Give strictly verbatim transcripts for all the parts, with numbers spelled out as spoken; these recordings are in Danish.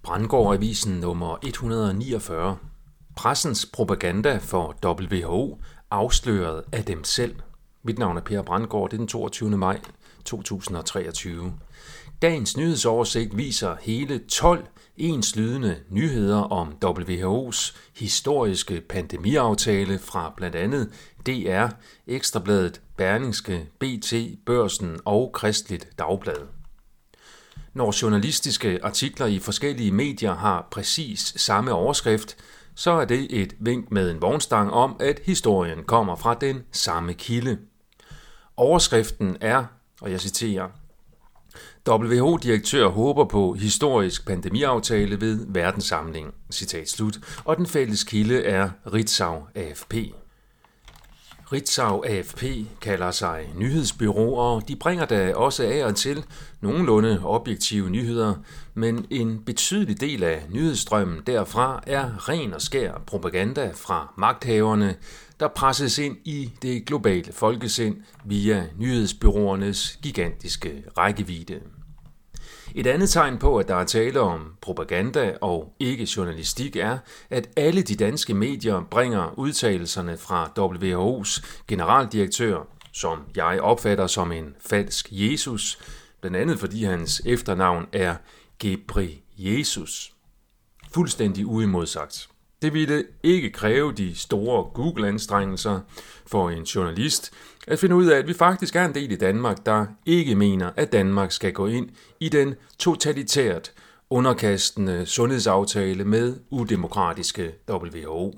Brandgård-avisen nummer et hundrede og niogfyrre. Pressens propaganda for W H O afsløret af dem selv. Mit navn er Per Brandgård, det er den toogtyvende maj to tusind og treogtyve. Dagens nyhedsoversigt viser hele tolv enslydende nyheder om W H O's historiske pandemiaftale fra blandt andet D R, Ekstrabladet, Berlingske, B T, Børsen og Kristeligt Dagblad. Når journalistiske artikler i forskellige medier har præcis samme overskrift, så er det et vink med en vognstang om, at historien kommer fra den samme kilde. Overskriften er, og jeg citerer, W H O-direktør håber på historisk pandemiaftale ved verdenssamling, citat slut, og den fælles kilde er Ritzau A F P. Ritzau A F P kalder sig nyhedsbureau, og de bringer da også af og til nogenlunde objektive nyheder, men en betydelig del af nyhedsstrømmen derfra er ren og skær propaganda fra magthaverne, der presses ind i det globale folkesind via nyhedsbureauernes gigantiske rækkevidde. Et andet tegn på, at der er tale om propaganda og ikke journalistik, er, at alle de danske medier bringer udtalelserne fra W H O's generaldirektør, som jeg opfatter som en falsk Jesus, blandt andet fordi hans efternavn er Ghebreyesus. Fuldstændig uimodsagt. Det ville ikke kræve de store Google-anstrengelser for en journalist at finde ud af, at vi faktisk er en del i Danmark, der ikke mener, at Danmark skal gå ind i den totalitært underkastende sundhedsaftale med udemokratiske W H O.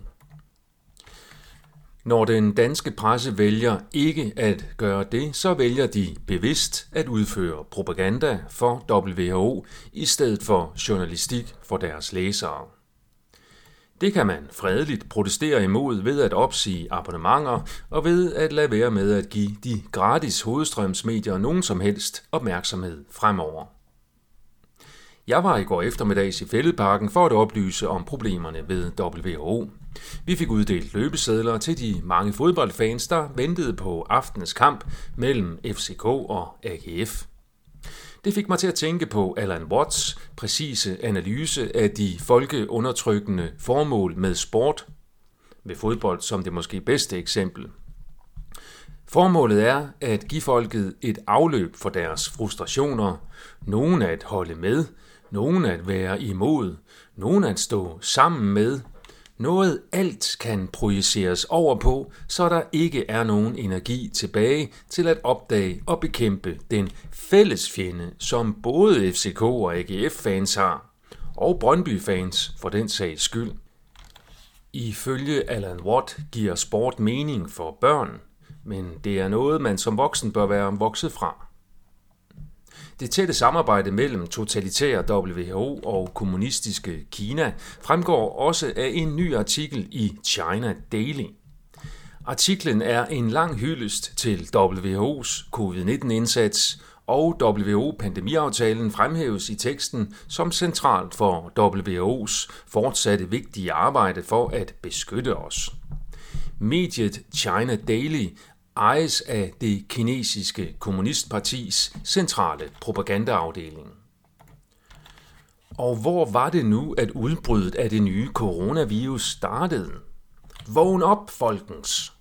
Når den danske presse vælger ikke at gøre det, så vælger de bevidst at udføre propaganda for W H O i stedet for journalistik for deres læsere. Det kan man fredeligt protestere imod ved at opsige abonnementer og ved at lade være med at give de gratis hovedstrømsmedier nogen som helst opmærksomhed fremover. Jeg var i går eftermiddags i Fælledparken for at oplyse om problemerne ved W H O. Vi fik uddelt løbesedler til de mange fodboldfans, der ventede på aftenens kamp mellem F C K og A G F. Det fik mig til at tænke på Alan Watts' præcise analyse af de folkeundertrykkende formål med sport, ved fodbold som det måske bedste eksempel. Formålet er at give folket et afløb for deres frustrationer, nogen at holde med, nogen at være imod, nogen at stå sammen med, noget alt kan projiceres over på, så der ikke er nogen energi tilbage til at opdage og bekæmpe den fælles fjende, som både F C K og A G F-fans har, og Brøndby-fans for den sags skyld. Ifølge Alan Watt giver sport mening for børn, men det er noget, man som voksen bør være vokset fra. Det tætte samarbejde mellem totalitære W H O og kommunistiske Kina fremgår også af en ny artikel i China Daily. Artiklen er en lang hyldest til W H O's covid nitten-indsats, og W H O-pandemiaftalen fremhæves i teksten som centralt for W H O's fortsatte vigtige arbejde for at beskytte os. Mediet China Daily ejes af det kinesiske kommunistpartis centrale propagandaafdeling. Og hvor var det nu, at udbruddet af det nye coronavirus startede? Vågn op, folkens!